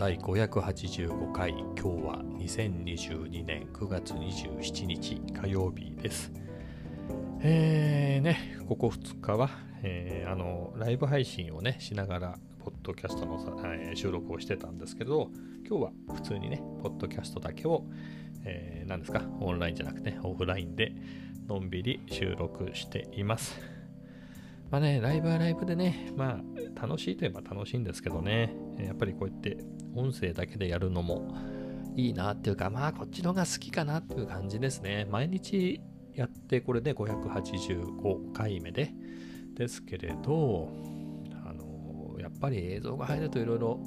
第585回、今日は2022年9月27日火曜日です。ここ2日は、ライブ配信をねしながらポッドキャストの、収録をしてたんですけど、今日は普通にねポッドキャストだけを、オンラインじゃなくてオフラインでのんびり収録しています。ライブはライブでね、楽しいといえば楽しいんですけどね、やっぱりこうやって音声だけでやるのもいいなっていうか、こっちの方が好きかなっていう感じですね。毎日やってこれで585回目ですけれど、やっぱり映像が入るといろいろ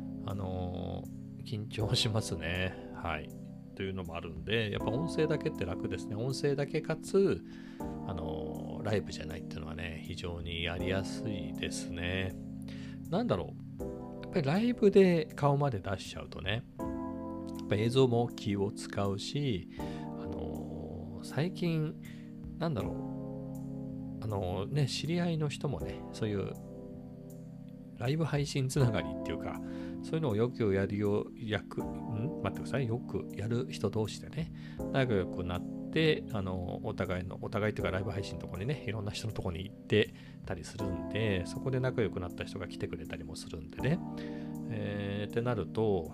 緊張しますね。はい。というのもあるんで、やっぱ音声だけって楽ですね。音声だけかつライブじゃないっていうのはね、非常にやりやすいですね。やっぱりライブで顔まで出しちゃうとね、やっぱ映像も気を使うし、最近知り合いの人もね、そういうライブ配信つながりっていうか、そういうのをよくやるよくやる人同士でね、仲良くなって、お互いというかライブ配信のところにね、いろんな人のところに行ってたりするんで、そこで仲良くなった人が来てくれたりもするんでね、ってなると、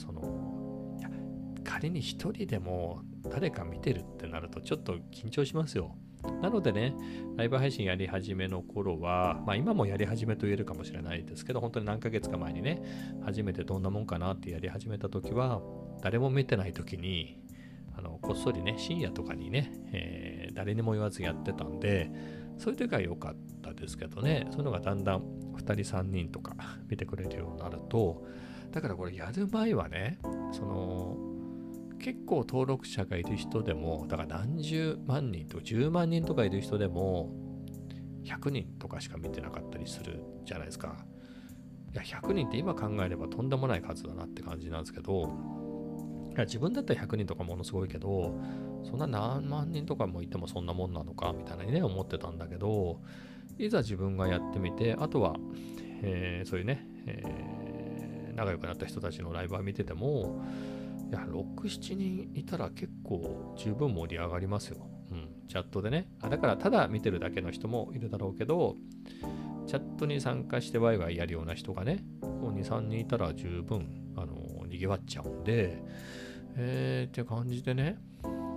仮に一人でも誰か見てるってなるとちょっと緊張しますよ。なのでね、ライブ配信やり始めの頃は、今もやり始めと言えるかもしれないですけど、本当に何ヶ月か前にね、初めてどんなもんかなってやり始めた時は、誰も見てない時に、こっそりね、深夜とかにね、誰にも言わずやってたんで、そういう時は良かったですけどね、そういうのがだんだん2人3人とか見てくれるようになると、だからこれやる前はね、結構登録者がいる人でも、だから何十万人とか10万人とかいる人でも100人とかしか見てなかったりするじゃないですか。いや、100人って今考えればとんでもない数だなって感じなんですけど、いや自分だったら100人とかものすごいけど、そんな何万人とかもいてもそんなもんなのかみたいなにね思ってたんだけど、いざ自分がやってみて、あとは、そういうね、仲良くなった人たちのライブを見てても、いや、6、7人いたら結構十分盛り上がりますよ。チャットでね。だからただ見てるだけの人もいるだろうけど、チャットに参加してワイワイやるような人がね、もう2、3人いたら十分、賑わっちゃうんで、って感じでね、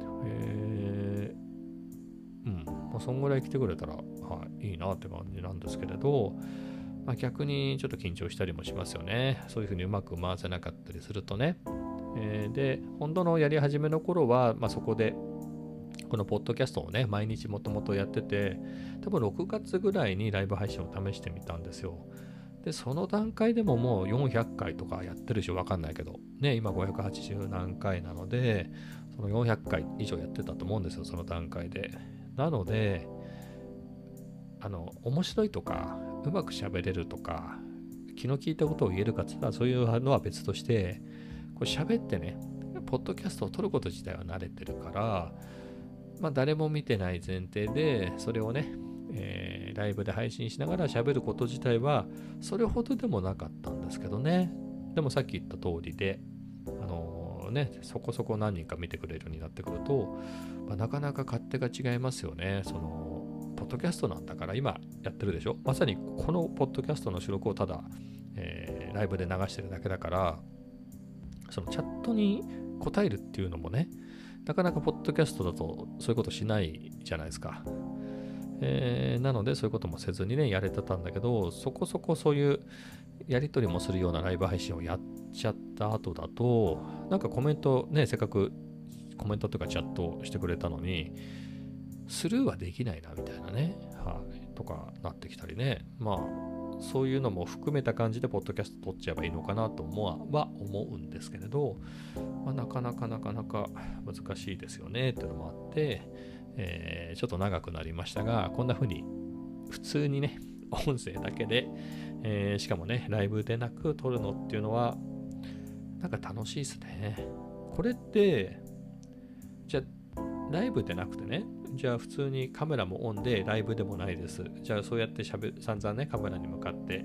そんぐらい来てくれたら、いいなって感じなんですけれど、逆にちょっと緊張したりもしますよね。そういうふうにうまく回せなかったりするとね。で、本当のやり始めの頃は、そこでこのポッドキャストをね、毎日もともとやってて、多分6月ぐらいにライブ配信を試してみたんですよ。で、その段階でももう400回とかやってるし、わかんないけど、ね、今580何回なので、その400回以上やってたと思うんですよ、その段階で。なので、面白いとか、うまく喋れるとか、気の利いたことを言えるかって言ったら、そういうのは別として、これ喋ってね、ポッドキャストを撮ること自体は慣れてるから、誰も見てない前提で、それをね、ライブで配信しながら喋ること自体は、それほどでもなかったんですけどね。でもさっき言った通りで、そこそこ何人か見てくれるようになってくると、なかなか勝手が違いますよね。ポッドキャストなんだから今やってるでしょ。まさにこのポッドキャストの収録をただ、ライブで流してるだけだから、そのチャットに答えるっていうのもね、なかなかポッドキャストだとそういうことしないじゃないですか。なのでそういうこともせずにね、やれてたんだけど、そこそこそういうやり取りもするようなライブ配信をやっちゃった後だと、コメントね、せっかくコメントとかチャットしてくれたのに、スルーはできないなみたいなね、とかなってきたりね。そういうのも含めた感じでポッドキャスト撮っちゃえばいいのかなと思うんですけれど、なかなか難しいですよねっていうのもあって、ちょっと長くなりましたが、こんな風に普通にね、音声だけで、しかもね、ライブでなく撮るのっていうのは、楽しいですね。これって、じゃあ、ライブでなくてね、じゃあ普通にカメラもオンでライブでもないです。じゃあそうやって散々ね、カメラに向かって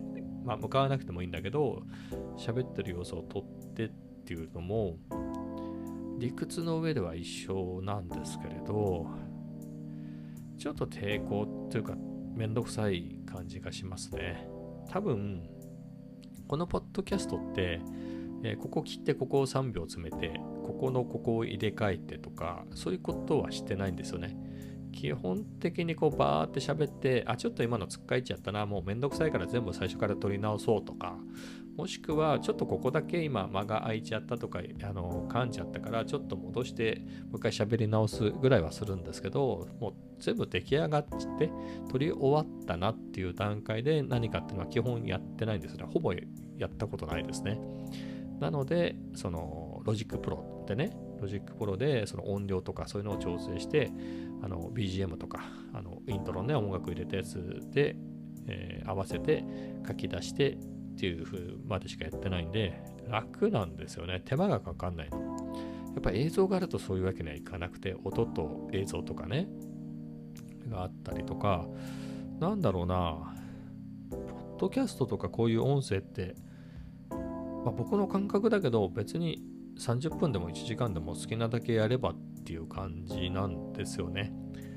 まあ向かわなくてもいいんだけど、喋ってる様子を撮ってっていうのも理屈の上では一緒なんですけれど、ちょっと抵抗というかめんどくさい感じがしますね。多分このポッドキャストって、ここ切ってここを3秒詰めてここを入れ替えてとか、そういうことはしてないんですよね。基本的にこうバーって喋って、ちょっと今のつっかえちゃったな、もうめんどくさいから全部最初から取り直そうとか、もしくはちょっとここだけ今間が空いちゃったとか、噛んじゃったからちょっと戻してもう一回喋り直すぐらいはするんですけど、もう全部出来上がって取り終わったなっていう段階で何かっていうのは基本やってないんですね。ほぼやったことないですね。なのでそのロジックプロでその音量とかそういうのを調整して、BGM とかイントロね、音楽入れたやつで、合わせて書き出してっていう風までしかやってないんで楽なんですよね。手間がかかんないの。やっぱ映像があるとそういうわけにはいかなくて、音と映像とかねがあったりとか、なんだろうな、ポッドキャストとかこういう音声って、僕の感覚だけど別に30分でも1時間でも好きなだけやればっていう感じなんですよね。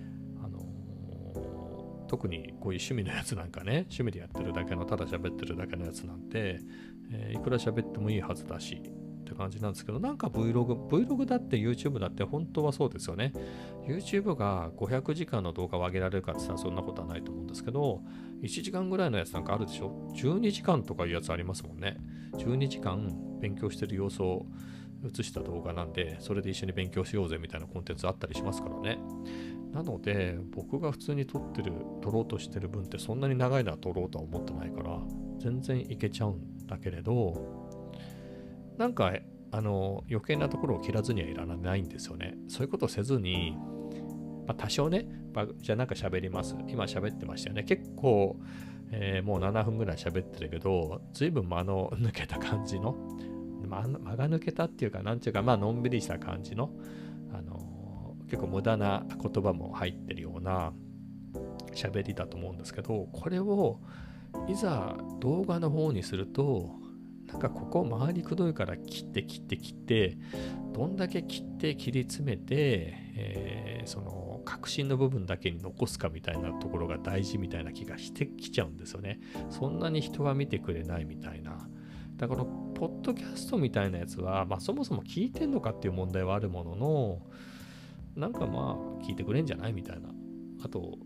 特にこういう趣味のやつなんかね、趣味でやってるだけの、ただ喋ってるだけのやつなんて、いくら喋ってもいいはずだしって感じなんですけど、なんか Vlog だって YouTube だって本当はそうですよね。YouTube が500時間の動画を上げられるかって言ったらそんなことはないと思うんですけど、1時間ぐらいのやつなんかあるでしょ。12時間とかいうやつありますもんね。12時間勉強してる様子を映した動画なんで、それで一緒に勉強しようぜみたいなコンテンツあったりしますからね。なので僕が普通に撮ろうとしてる分ってそんなに長いのは撮ろうとは思ってないから全然いけちゃうんだけれど、なんか余計なところを切らずにはいらないんですよね。そういうことをせずに、多少ね、じゃあなんか喋ります。今喋ってましたよね。結構、もう7分ぐらい喋ってるけど、随分間の抜けた感じの、間が抜けたっていうか、なんていうか、のんびりした感じの、結構無駄な言葉も入ってるような喋りだと思うんですけど、これをいざ動画の方にすると、なんかここ周りくどいから切ってどんだけ切って切り詰めて、その核心の部分だけに残すかみたいなところが大事みたいな気がしてきちゃうんですよね。そんなに人は見てくれないみたいな。だからポッドキャストみたいなやつは、そもそも聞いてんのかっていう問題はあるものの、なんか聞いてくれんじゃないみたいな。あと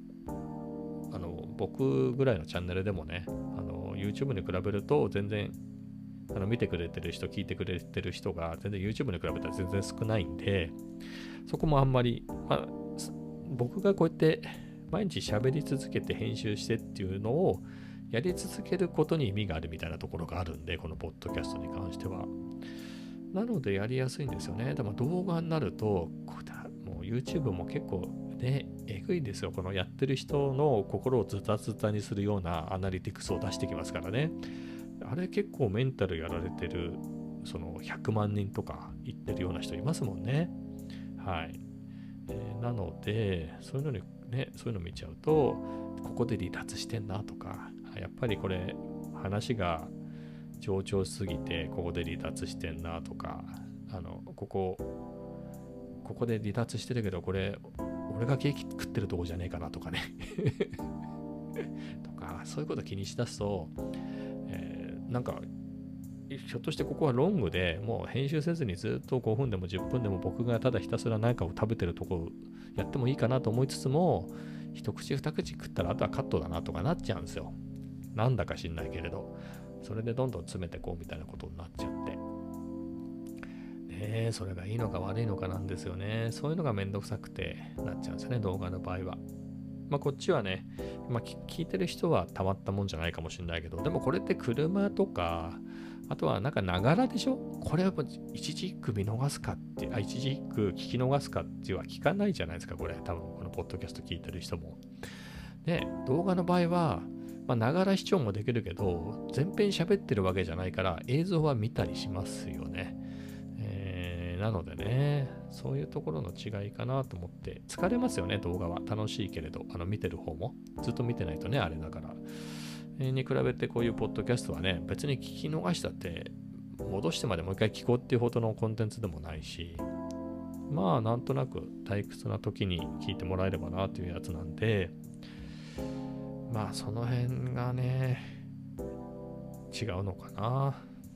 僕ぐらいのチャンネルでもね、YouTube に比べると全然見てくれてる人、聞いてくれてる人が全然 YouTube に比べたら全然少ないんで、そこもあんまり、僕がこうやって毎日喋り続けて編集してっていうのをやり続けることに意味があるみたいなところがあるんで、このポッドキャストに関しては。なのでやりやすいんですよね。でも動画になると、もう YouTube も結構ね、えぐいですよ。このやってる人の心をズタズタにするようなアナリティクスを出してきますからね。あれ結構メンタルやられてる、その100万人とか言ってるような人いますもんね。はい。なので、そういうの見ちゃうと、ここで離脱してんなとか、やっぱりこれ、話が上長すぎて、ここで離脱してんなとか、ここで離脱してるけど、これ、俺がケーキ食ってるとこじゃねえかなとかね。とか、そういうこと気にしだすと、なんか、ひょっとしてここはロングでもう編集せずにずっと5分でも10分でも僕がただひたすら何かを食べてるとこやってもいいかなと思いつつも、一口二口食ったらあとはカットだなとかなっちゃうんですよ。なんだか知んないけれど。それでどんどん詰めてこうみたいなことになっちゃって。それがいいのか悪いのかなんですよね。そういうのがめんどくさくてなっちゃうんですよね、動画の場合は。こっちはね、聞いてる人はたまったもんじゃないかもしれないけど、でもこれって車とか、あとはなんかながらでしょ。これは一時一句見逃すかって一時一句聞き逃すかっていうは聞かないじゃないですか、これ。多分このポッドキャスト聞いてる人も。で、動画の場合は、ながら視聴もできるけど、全編喋ってるわけじゃないから映像は見たりしますよね。なのでね、そういうところの違いかなと思って、疲れますよね、動画は。楽しいけれど、見てる方も。ずっと見てないとね、あれだから。 に比べてこういうポッドキャストはね、別に聞き逃したって戻してまでもう一回聞こうっていうほどのコンテンツでもないし、まあなんとなく退屈な時に聞いてもらえればなというやつなんで、まあその辺がね違うのかな。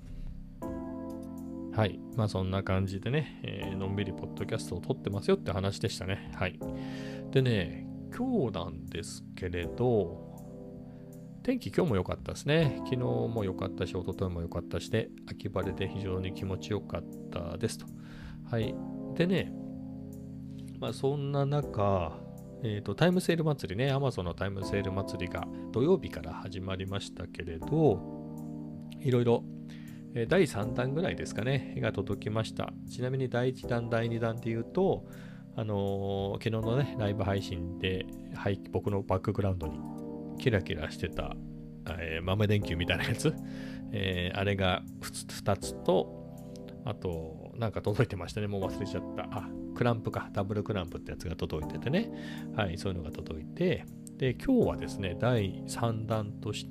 はい、まあそんな感じでね、のんびりポッドキャストを撮ってますよって話でしたね。はい。でね、今日なんですけれど、天気今日も良かったですね。昨日も良かったし、一昨日も良かったしで、秋晴れで非常に気持ちよかったですと。はい。でね、まあそんな中、タイムセール祭りね、Amazon のタイムセール祭りが土曜日から始まりましたけれど、いろいろ第3弾ぐらいですかね、が届きました。ちなみに第1弾、第2弾っていうと、昨日のね、ライブ配信で、僕のバックグラウンドにキラキラしてた、豆電球みたいなやつ、あれが2つと、あと、なんか届いてましたね。もう忘れちゃった。クランプか。ダブルクランプってやつが届いててね。はい、そういうのが届いて。で、今日はですね、第3弾として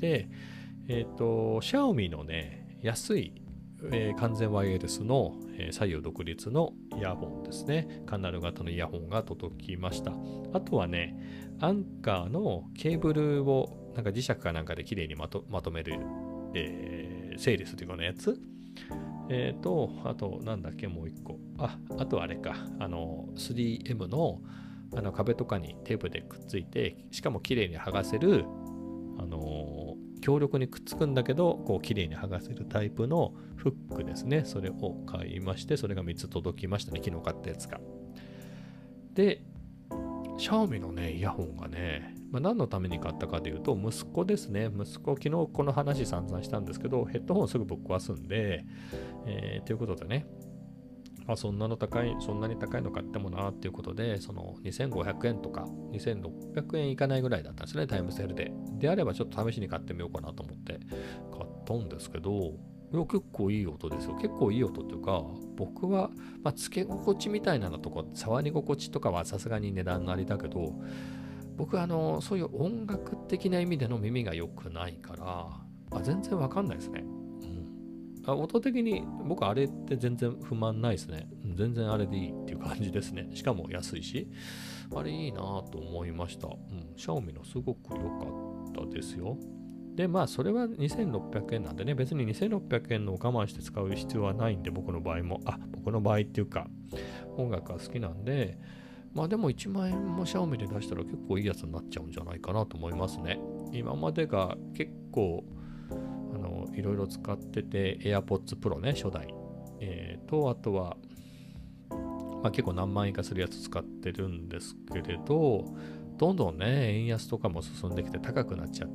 、Xiaomi のね、安い、完全ワイヤレスの、左右独立のイヤホンですね。カナル型のイヤホンが届きました。あとはね、アンカーのケーブルをなんか磁石かなんかで綺麗にまとめる、整理するようなやつ。あと、なんだっけ、もう一個。あとあれか。3M の、壁とかにテープでくっついて、しかも綺麗に剥がせる、強力にくっつくんだけど、こう綺麗に剥がせるタイプのフックですね。それを買いまして、それが3つ届きましたね。昨日買ったやつが。で、Xiaomi のね、イヤホンがね、何のために買ったかというと、息子ですね。息子、昨日この話散々したんですけど、ヘッドホンすぐぶっ壊すんで、ということでね、そんなに高いの買ってもなっていうことで、その2500円とか2600円いかないぐらいだったんですね、タイムセールで。であればちょっと試しに買ってみようかなと思って買ったんですけど、いや結構いい音ですよ。結構いい音っていうか、僕は、つけ心地みたいなのとか、触り心地とかはさすがに値段なりだけど、僕はそういう音楽的な意味での耳が良くないから、全然わかんないですね。音的に僕あれって全然不満ないですね。全然あれでいいっていう感じですね。しかも安いし、あれいいなと思いました。Xiaomi のすごく良かったですよ。で、それは2600円なんでね、別に2600円のを我慢して使う必要はないんで、僕の場合っていうか、音楽が好きなんで、でも1万円もXiaomiで出したら結構いいやつになっちゃうんじゃないかなと思いますね。今までが結構、いろいろ使ってて、AirPods Pro ね、初代。あとは、結構何万円かするやつ使ってるんですけれど、どんどんね、円安とかも進んできて高くなっちゃって、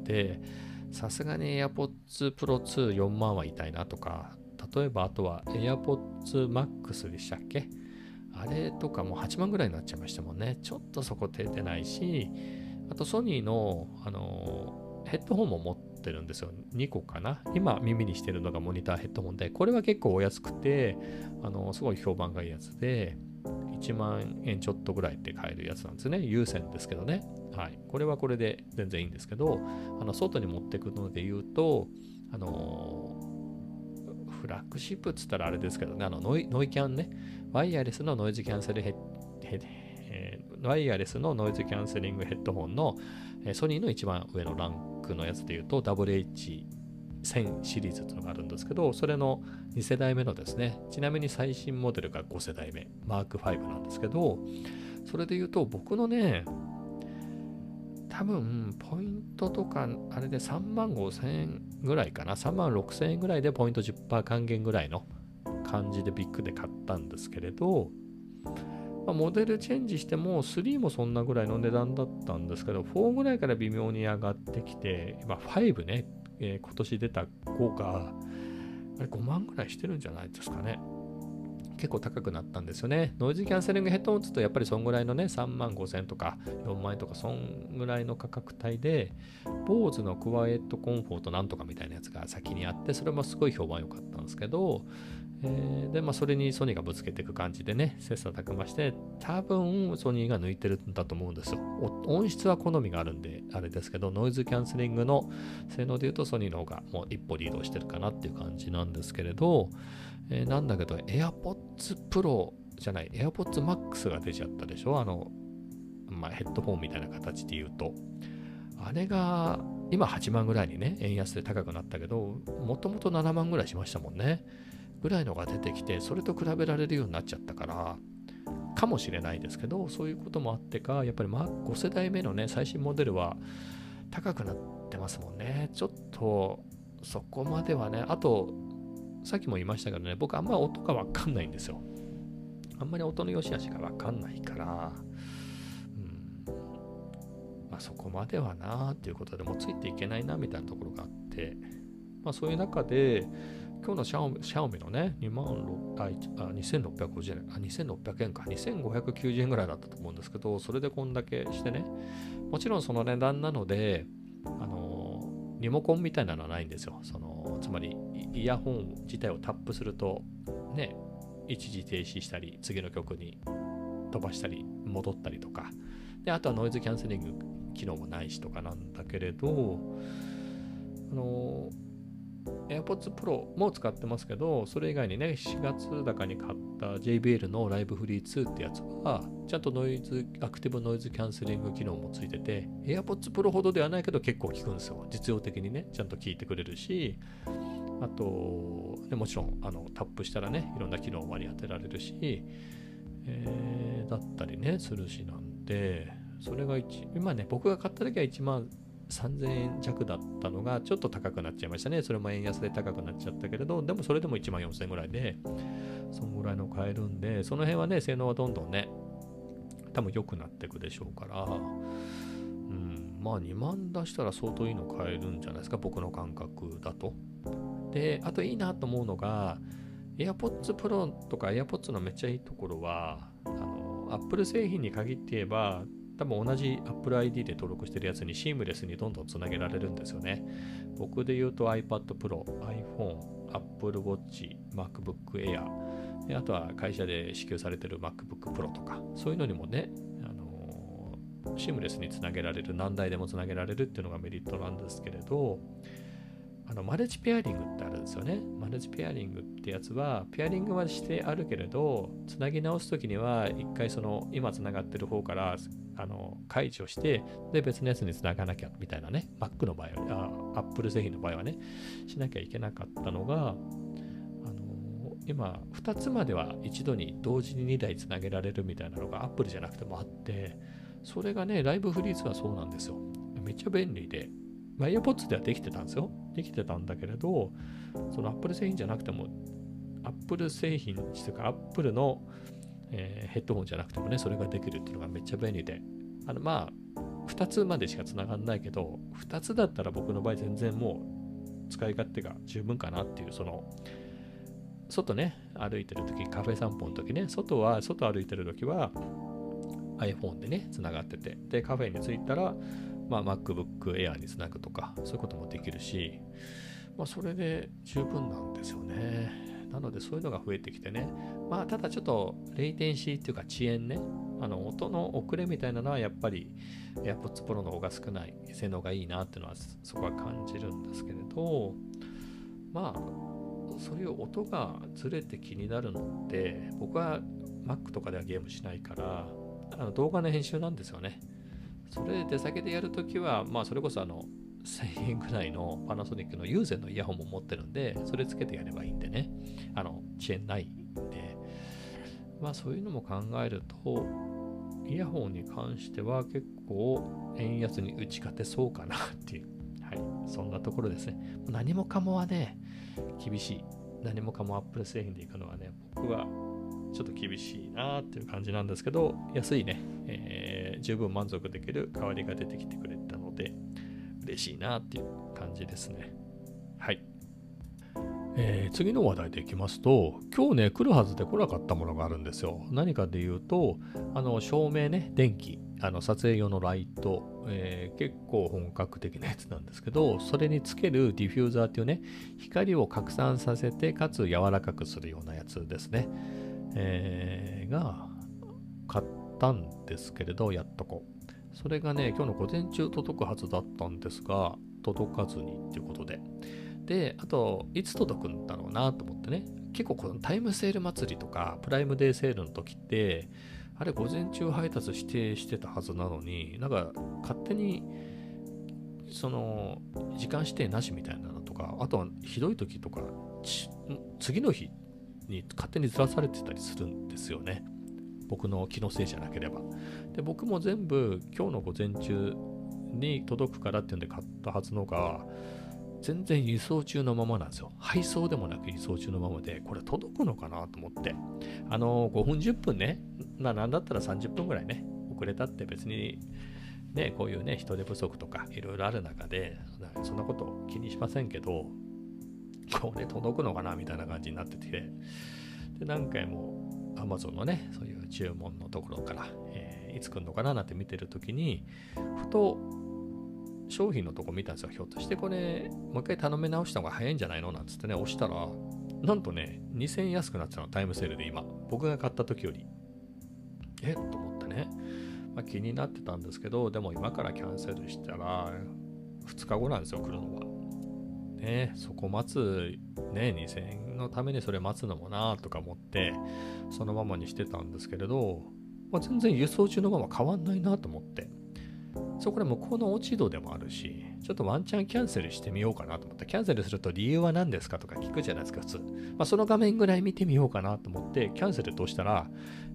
さすがに AirPods Pro 2 4万は痛いなとか、例えばあとは AirPods Max でしたっけ？あれとかも8万ぐらいになっちゃいましたもんね。ちょっとそこ手出ないし、あとソニーの、ヘッドホンも持ってるんですよ。2個かな。今耳にしてるのがモニターヘッドホンで、これは結構お安くて、すごい評判がいいやつで、1万円ちょっとぐらいで買えるやつなんですね。有線ですけどね。はい。これはこれで全然いいんですけど、外に持ってくので言うと、フラッグシップっつったらあれですけどね、ノイキャンね、ワイヤレスのノイズキャンセルワイヤレスのノイズキャンセリングヘッドホンの、ソニーの一番上のランクのやつで言うと WH1000 シリーズっていうのがあるんですけど、それの2世代目のですね、ちなみに最新モデルが5世代目、マーク5なんですけど、それで言うと僕のね、多分ポイントとかあれで3万5千円ぐらいかな、3万6千円ぐらいでポイント 10% 還元ぐらいの感じでビッグで買ったんですけれど、モデルチェンジしても3もそんなぐらいの値段だったんですけど、4ぐらいから微妙に上がってきて、今5ね、今年出た5が5万ぐらいしてるんじゃないですかね。 結構高くなったんですよね。ノイズキャンセリングヘッドホンつとやっぱりそんぐらいのね、3万5千とか4万円とかそんぐらいの価格帯で、BOSEのクワイエットコンフォートなんとかみたいなやつが先にあって、それもすごい評判良かったんですけど、で、それにソニーがぶつけていく感じでね、切磋琢磨して、多分ソニーが抜いてるんだと思うんですよ。音質は好みがあるんで、あれですけど、ノイズキャンセリングの性能で言うとソニーの方がもう一歩リードしてるかなっていう感じなんですけれど、なんだけど AirPods Pro じゃない AirPods Max が出ちゃったでしょ。ヘッドホンみたいな形で言うと、あれが今8万ぐらいにね、円安で高くなったけど、もともと7万ぐらいしましたもんね。ぐらいのが出てきて、それと比べられるようになっちゃったからかもしれないですけど、そういうこともあってか、やっぱり5世代目のね、最新モデルは高くなってますもんね。ちょっとそこまではね。あとさっきも言いましたけどね、僕あんまり音がわかんないんですよ。あんまり音の良し悪しがわかんないから、そこまではなーっていうことでもうついていけないなみたいなところがあって、そういう中で今日のシャオミのね、2650円、2600円か、2590円ぐらいだったと思うんですけど、それでこんだけしてね、もちろんその値段なので、リモコンみたいなのはないんですよ。つまりイヤホン自体をタップするとね、一時停止したり次の曲に飛ばしたり戻ったりとかで、あとはノイズキャンセリング機能もないしとかなんだけれど、AirPods Pro も使ってますけど、それ以外にね、4月高に買った JBL の Live Free 2ってやつはちゃんとアクティブノイズキャンセリング機能もついてて、 AirPods Pro ほどではないけど結構効くんですよ。実用的にね、ちゃんと効いてくれるし、あと、もちろんタップしたらね、いろんな機能を割り当てられるし、だったりねするしなんで、それが今ね、僕が買った時は1万3000円弱だったのがちょっと高くなっちゃいましたね。それも円安で高くなっちゃったけれど、でもそれでも1万4000円ぐらいで、そのぐらいの買えるんで、その辺はね、性能はどんどんね、多分良くなっていくでしょうから、2万出したら相当いいの買えるんじゃないですか、僕の感覚だと。で、あといいなと思うのが、AirPods Pro とか AirPods のめっちゃいいところは、Apple 製品に限って言えば、多分同じ Apple ID で登録してるやつにシームレスにどんどんつなげられるんですよね。僕で言うと iPad Pro、iPhone、Apple Watch、MacBook Air、あとは会社で支給されてる MacBook Pro とか、そういうのにもね、シームレスにつなげられる、何台でもつなげられるっていうのがメリットなんですけれど、マルチペアリングってあるんですよね。マルチペアリングってやつは、ペアリングはしてあるけれど、つなぎ直すときには、一回今つながってる方から解除して、で、別のやつにつながなきゃみたいなね、Mac の場合は、Apple 製品の場合はね、しなきゃいけなかったのが、今、2つまでは一度に同時に2台つなげられるみたいなのが Apple じゃなくてもあって、それがね、ライブフリーズはそうなんですよ。めっちゃ便利で、AirPods ではできてたんですよ。できてたんだけれど、その Apple 製品じゃなくても、Apple 製品というか Apple の、ヘッドホンじゃなくてもね、それができるっていうのがめっちゃ便利で、2つまでしか繋がんないけど、2つだったら僕の場合全然もう使い勝手が十分かなっていう、外ね、歩いてるとき、カフェ散歩のときね、外歩いてるときは iPhone でね、繋がってて、で、カフェに着いたら、MacBook Air につなぐとか、そういうこともできるし、それで十分なんですよね。なので、そういうのが増えてきてね。ただちょっと、レイテンシーっていうか遅延ね、音の遅れみたいなのはやっぱり AirPods Pro の方が少ない、性能がいいなっていうのはそこは感じるんですけれど、そういう音がずれて気になるのって、僕は Mac とかではゲームしないから、動画の編集なんですよね。それで出先でやるときは、それこそ1000円ぐらいのパナソニックの有線のイヤホンも持ってるんで、それつけてやればいいんでね。遅延ないんで。そういうのも考えると、イヤホンに関しては結構円安に打ち勝てそうかなっていう。はい。そんなところですね。何もかもはね、厳しい。何もかも Apple 製品でいくのはね、僕はちょっと厳しいなっていう感じなんですけど、安いね、十分満足できる代わりが出てきてくれたので嬉しいなっていう感じですね。はい。 次の話題でいきますと、今日ね、来るはずで来なかったものがあるんですよ。何かで言うと、照明ね、電気、撮影用のライト、結構本格的なやつなんですけど、それにつけるディフューザーっていうね、光を拡散させて、かつ柔らかくするようなやつですね。が、買ったんですけれど、やっとこう。それがね、今日の午前中届くはずだったんですが、届かずにっていうことで。で、あと、いつ届くんだろうなと思ってね。結構このタイムセール祭りとか、プライムデーセールの時って、あれ午前中配達指定してたはずなのに、なんか勝手に、時間指定なしみたいなのとか、あとはひどい時とか、次の日に勝手にずらされてたりするんですよね。僕の気のせいじゃなければ。で、僕も全部今日の午前中に届くからっていうんで買ったはずのが、全然輸送中のままなんですよ。配送でもなく輸送中のままで、これ届くのかなと思って。5分10分ね、なんだったら30分ぐらいね、遅れたって別に、ね、こういうね、人手不足とかいろいろある中で、そんなこと気にしませんけど、これ届くのかなみたいな感じになってて、で、何回も Amazon のね、そういう注文のところから、いつ来るのかななんて見てるときに、ふと、商品のとこ見たんですよ。ひょっとしてこれ、もう一回頼み直した方が早いんじゃないのなんつってね、押したら、なんとね、2000円安くなってたの、タイムセールで今。僕が買った時より。と思ってね。気になってたんですけど、でも今からキャンセルしたら、2日後なんですよ、来るのは。ね、そこ待つ、ね、2000円のためにそれ待つのもなとか思って、そのままにしてたんですけれど、全然輸送中のまま変わんないなと思って。これ向こうの落ち度でもあるし、ちょっとワンチャンキャンセルしてみようかなと思って、キャンセルすると理由は何ですかとか聞くじゃないですか、普通。その画面ぐらい見てみようかなと思って、キャンセルとしたら、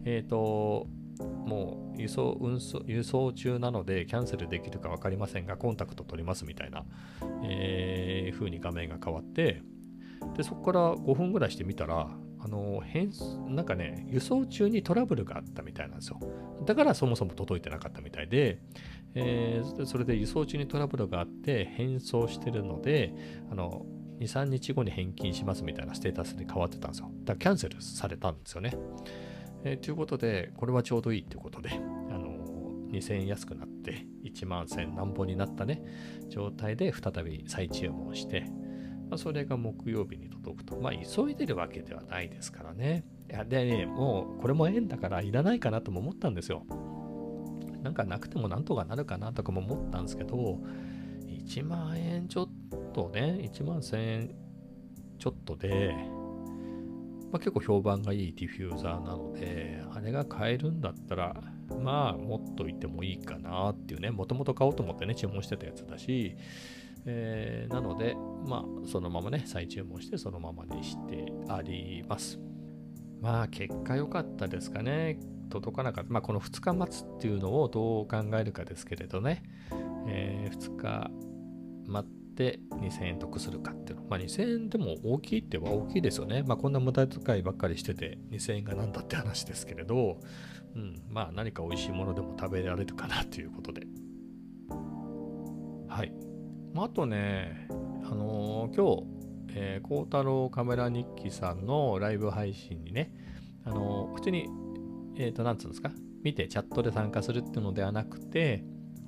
もう輸送中なのでキャンセルできるか分かりませんが、コンタクト取りますみたいな、風に画面が変わって、で、そこから5分ぐらいしてみたら、なんかね、輸送中にトラブルがあったみたいなんですよ。だからそもそも届いてなかったみたいで、それで輸送中にトラブルがあって返送してるので、2、3日後に返金しますみたいなステータスに変わってたんですよ。だからキャンセルされたんですよね。ということで、これはちょうどいいということで、2000円安くなって1万1000何本になったね、状態で再び再注文して、それが木曜日に届くと。急いでるわけではないですからね。でね、もうこれも円だからいらないかなとも思ったんですよ。なんかなくてもなんとかなるかなとかも思ったんですけど、1万円ちょっとね、1万1000円ちょっとで、結構評判がいいディフューザーなので、あれが買えるんだったら、持っといてもいいかなっていうね、もともと買おうと思ってね、注文してたやつだし、なので、そのままね、再注文してそのままにしてあります。結果良かったですかね。届かなかった。この2日待つっていうのをどう考えるかですけれどね。2日待って2000円得するかっていうの。2000円でも大きいっては大きいですよね。こんな無駄遣いばっかりしてて2000円がなんだって話ですけれど、何か美味しいものでも食べられるかなということで。はい。あとね、今日、孝太郎カメラ日記さんのライブ配信にね、普通に、なんつうんですか、見てチャットで参加するっていうのではなくて、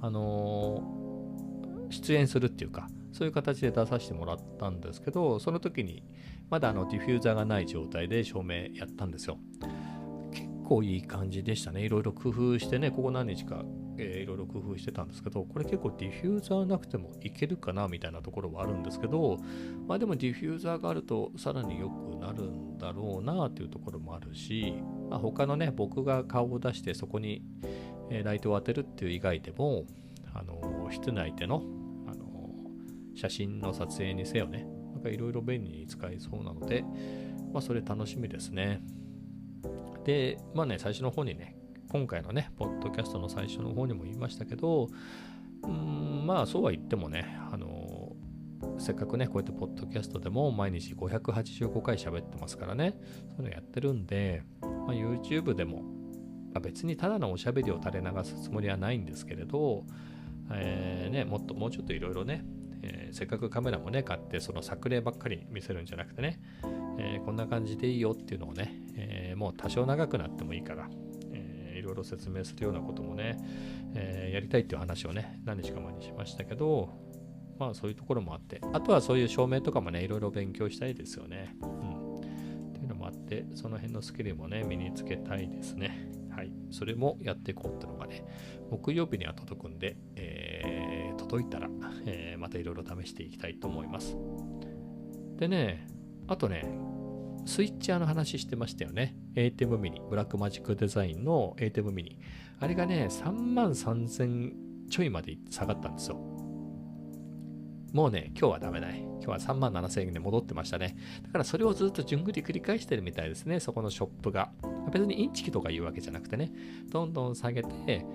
出演するっていうか、そういう形で出させてもらったんですけど、その時に、まだディフューザーがない状態で照明やったんですよ。結構いい感じでしたね。いろいろ工夫してね、ここ何日か、いろいろ工夫してたんですけど、これ結構ディフューザーなくてもいけるかなみたいなところはあるんですけど、でもディフューザーがあるとさらに良くなるんだろうなっていうところもあるし、他のね、僕が顔を出してそこに、ライトを当てるっていう以外でも、室内での、写真の撮影にせよね、いろいろ便利に使えそうなので、それ楽しみですね。で、最初の方にね、今回のね、ポッドキャストの最初の方にも言いましたけど、そうは言ってもね、せっかくね、こうやってポッドキャストでも毎日585回喋ってますからね、そういうのやってるんで、YouTube でも、別にただのおしゃべりを垂れ流すつもりはないんですけれど、もうちょっといろいろね、 せっかくカメラもね買ってその作例ばっかり見せるんじゃなくてね、こんな感じでいいよっていうのをね、もう多少長くなってもいいから、いろいろ説明するようなこともね、やりたいっていう話をね何日か前にしましたけど、まあそういうところもあって、あとはそういう照明とかもねいろいろ勉強したいですよね。っていうのもあって、その辺のスキルもね身につけたいですね。はい、それもやっていこうっていうのがね、木曜日には届くんで、届いたら、またいろいろ試していきたいと思います。でね、あとね、スイッチャーの話してましたよね。ATEMミニ、ブラックマジックデザインの ATEMミニ。あれがね、33,000ちょいまで下がったんですよ。もうね、今日はダメだね。今日は37,000円で戻ってましたね。だからそれをずっと順繰り繰り返してるみたいですね、そこのショップが。別にインチキとか言うわけじゃなくてね、どんどん下げて、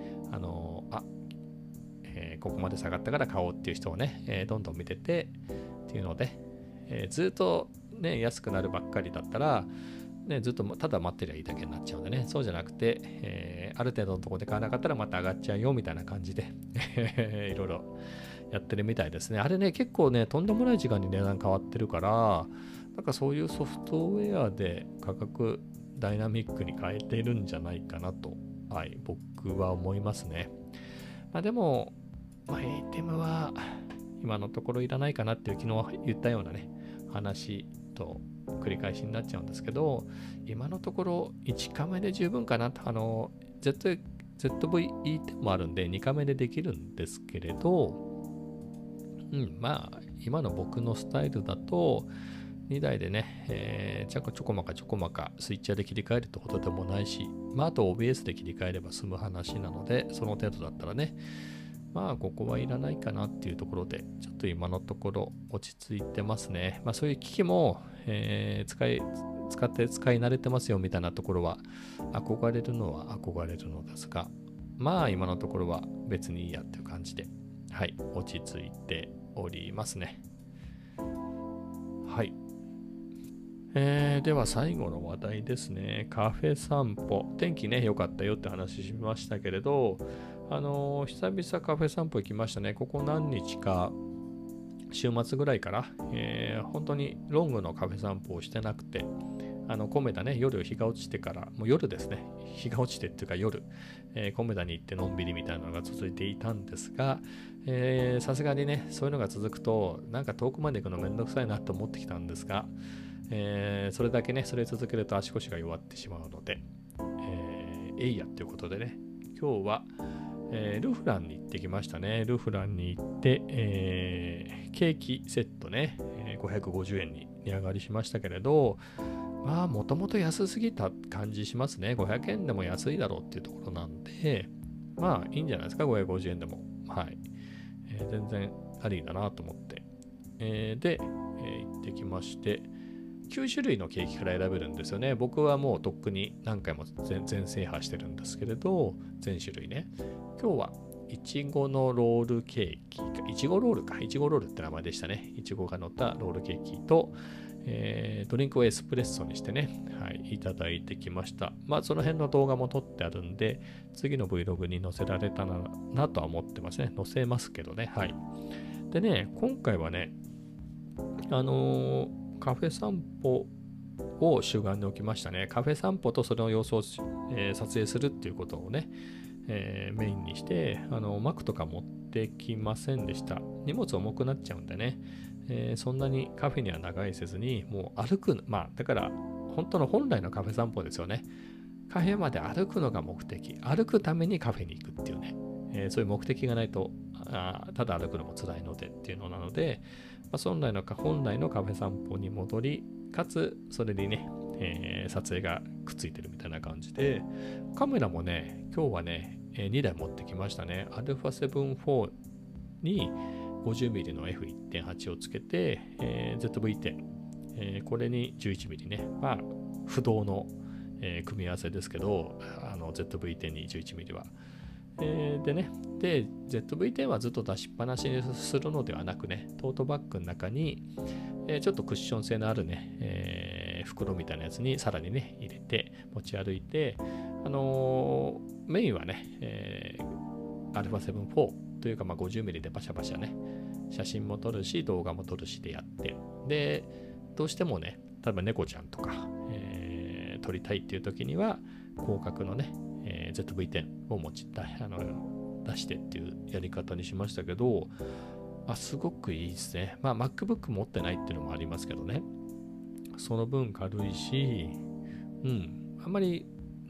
ここまで下がったから買おうっていう人をね、どんどん見ててっていうので、ずっとね、安くなるばっかりだったら、ね、ずっとただ待ってりゃいいだけになっちゃうんでね、そうじゃなくて、ある程度のところで買わなかったらまた上がっちゃうよみたいな感じでいろいろやってるみたいですね。あれね、結構ね、とんでもない時間に値段変わってるから、なんかそういうソフトウェアで価格ダイナミックに変えているんじゃないかなと、はい、僕は思いますね。まあでも、ATEM は今のところいらないかなっていう昨日言ったようなね、話と繰り返しになっちゃうんですけど、今のところ1カメで十分かなと、ZV-E10 もあるんで2カメでできるんですけれど、まあ今の僕のスタイルだと2台でね、ちょこまかスイッチャーで切り替えるってことでもないし、あと OBS で切り替えれば済む話なので、その程度だったらね、ここはいらないかなっていうところで、ちょっと今のところ落ち着いてますね。そういう機器も、使い慣れてますよみたいなところは憧れるのですが、今のところは別にいいやっていう感じで、はい、落ち着いておりますね。はい。では最後の話題ですね。カフェ散歩。天気ね、良かったよって話しましたけれど、久々カフェ散歩行きましたね。ここ何日か、週末ぐらいから、本当にロングのカフェ散歩をしてなくて、コメダね、夜日が落ちてから、もう夜ですね、日が落ちてっていうか夜、コメダに行ってのんびりみたいなのが続いていたんですが、さすがにね、そういうのが続くと、なんか遠くまで行くのめんどくさいなと思ってきたんですが、それだけね、それ続けると足腰が弱ってしまうので、いやっていうことでね、今日は、ルフランに行ってきましたね。ルフランに行って、ケーキセットね、550円に値上がりしましたけれど、もともと安すぎた感じしますね。500円でも安いだろうっていうところなんで、いいんじゃないですか、550円でも。はい。全然ありだなと思って。で、行ってきまして、9種類のケーキから選べるんですよね。僕はもうとっくに何回も全制覇してるんですけれど、全種類ね。今日はいちごのロールケーキいちごロールって名前でしたね。いちごが乗ったロールケーキと、ドリンクをエスプレッソにしてね、いただいてきました。その辺の動画も撮ってあるんで、次の Vlog に載せられたらなとは思ってますね。載せますけどね。はい。でね、今回はね、カフェ散歩を主眼に置きましたね。カフェ散歩とその様子を、撮影するっていうことをね、メインにして、マックとか持ってきませんでした。荷物重くなっちゃうんでね、そんなにカフェには長居せずに、もう歩く、だから本来のカフェ散歩ですよね。カフェまで歩くのが目的。歩くためにカフェに行くっていうね、そういう目的がないと、ただ歩くのも辛いのでっていうのなので、本来のカフェ散歩に戻り、かつそれにね、撮影がくっついてるみたいな感じで、カメラもね、今日はね、2台持ってきましたね。α7 IV に 50mm の F1.8 をつけて、ZV-10、これに 11mm ね。不動の、組み合わせですけど、ZV-10 に 11mm は。でね、ZV-10 はずっと出しっぱなしにするのではなくね、トートバッグの中に、ちょっとクッション性のあるね、袋みたいなやつにさらにね、入れて持ち歩いて、メインはね、α7 IV というか50mm でバシャバシャね、 写真も撮るし動画も撮るしでやって、でどうしてもね例えば猫ちゃんとか、撮りたいっていう時には広角のね、ZV-10 を出してっていうやり方にしましたけど、すごくいいですね。MacBook 持ってないっていうのもありますけどね、その分軽いし、あんまり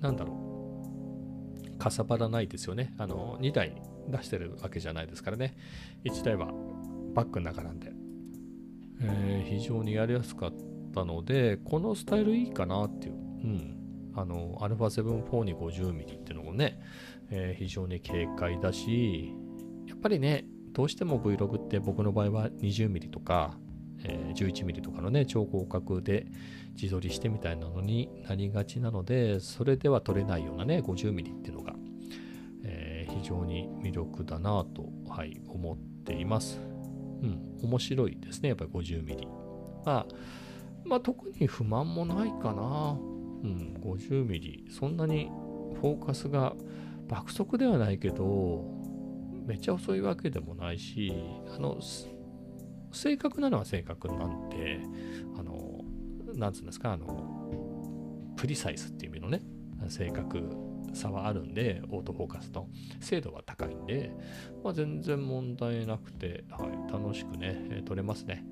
かさばらないですよね。2台出してるわけじゃないですからね。1台はバッグの中なんで、非常にやりやすかったので、このスタイルいいかなっていう。α7-4 に 50mm っていうのもね、非常に軽快だし、やっぱりね、どうしても Vlog って僕の場合は 20mm とか、11mm とかのね、超広角で自撮りしてみたいなのになりがちなので、それでは撮れないようなね、50mm っていうのが、非常に魅力だなと、思っています。面白いですね、やっぱり 50mm。特に不満もないかな。50mm。そんなにフォーカスが爆速ではないけど、めっちゃ遅いわけでもないし、正確なのは正確なんで、なんつうんですか、プリサイスっていう意味のね、正確さはあるんで、オートフォーカスと精度は高いんで、全然問題なくて、楽しくね、撮れますね。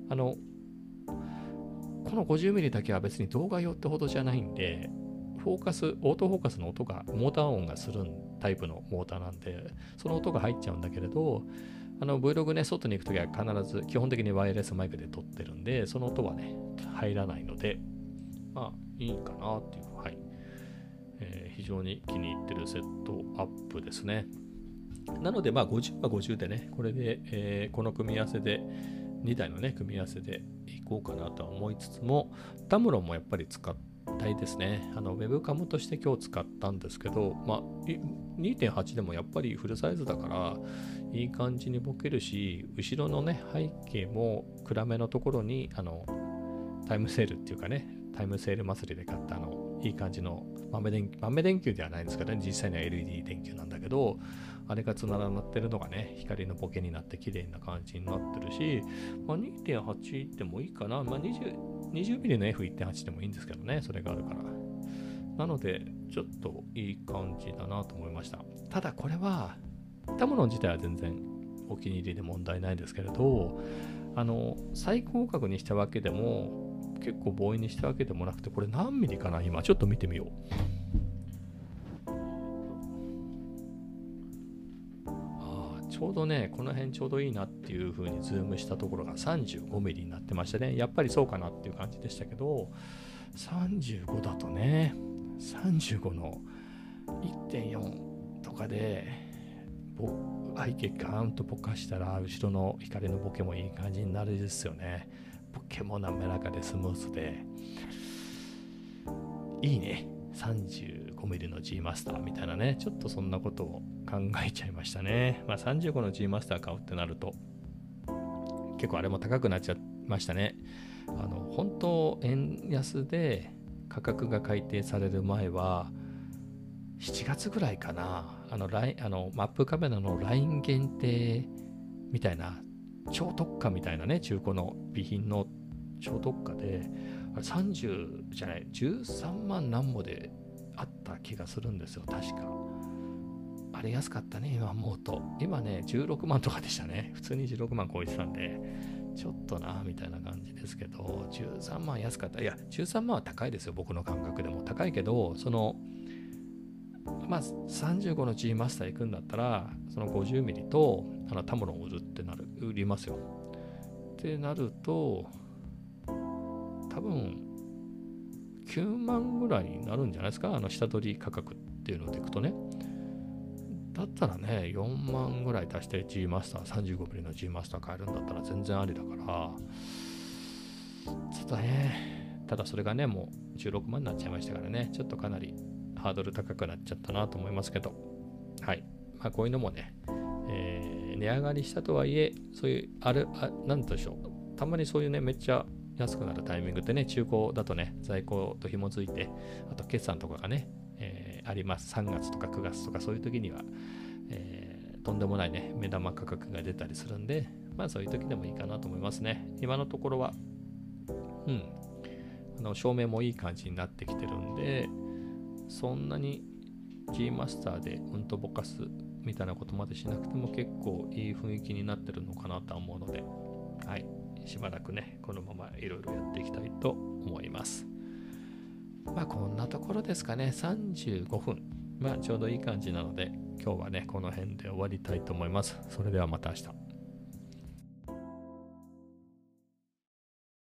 この 50mm だけは別に動画用ってほどじゃないんで、オートフォーカスの音が、モーター音がするタイプのモーターなんで、その音が入っちゃうんだけれど、Vlog ね、外に行くときは必ず基本的にワイヤレスマイクで撮ってるんで、その音はね、入らないので、いいかなっていう、非常に気に入ってるセットアップですね。なので、50は50でね、これで、この組み合わせで、2台のね、組み合わせでいこうかなとは思いつつも、タムロンもやっぱり使ったいですね。ウェブカムとして今日使ったんですけど、2.8 でもやっぱりフルサイズだから、いい感じにボケるし、後ろのね、背景も暗めのところに、タイムセールっていうかね、タイムセール祭りで買ったいい感じの豆電球ではないんですけどね、実際には LED 電球なんだけど、あれがつながってるのがね、光のボケになって綺麗な感じになってるし、2.8 でもいいかな、20mm の F1.8 でもいいんですけどね、それがあるから。なので、ちょっといい感じだなと思いました。ただこれは、タムロン自体は全然お気に入りで問題ないですけれど、最高角にしたわけでも、結構望遠にしたわけでもなくて、これ何ミリかな、今ちょっと見てみよう。ちょうどね、この辺ちょうどいいなっていう風にズームしたところが 35mm になってましたね。やっぱりそうかなっていう感じでしたけど、35だとね、35の 1.4 とかで背景ガーンとぼかしたら、後ろの光のボケもいい感じになるですよね。ボケも滑らかでスムーズでいいね。35mm の G マスターみたいなね、ちょっとそんなことを考えちゃいましたね。35の G マスター買うってなると結構あれも高くなっちゃいましたね。本当円安で価格が改定される前は7月ぐらいかな、マップカメラのライン限定みたいな超特価みたいなね、中古の備品の超特価で30じゃない13万何もであった気がするんですよ、確か。あれ安かったね、今思うと。今ね、16万とかでしたね。普通に16万超えてたんで、ちょっとなみたいな感じですけど、13万安かった。いや、13万は高いですよ、僕の感覚でも。高いけど、35の G マスター行くんだったら、その 50mm とタムロンを売りますよ。ってなると、多分9万ぐらいになるんじゃないですか、下取り価格っていうのでいくとね。だったらね、4万ぐらい足して G マスター、35mm の G マスター買えるんだったら全然ありだから、ちょっとね、ただそれがね、もう16万になっちゃいましたからね、ちょっとかなりハードル高くなっちゃったなと思いますけど、こういうのもね、値上がりしたとはいえ、そういうなんでしょう、たまにそういうね、めっちゃ安くなるタイミングってね、中古だとね、在庫と紐づいて、あと決算とかがね、あります。3月とか9月とかそういう時には、とんでもないね、目玉価格が出たりするんで、 まあそういう時でもいいかなと思いますね。今のところは、照明もいい感じになってきてるんで、そんなに G マスターでぼかすみたいなことまでしなくても結構いい雰囲気になってるのかなと思うので、はい、しばらくね、このままいろいろやっていきたいと思います。まあこんなところですかね。35分。まあちょうどいい感じなので、今日はね、この辺で終わりたいと思います。それではまた明日。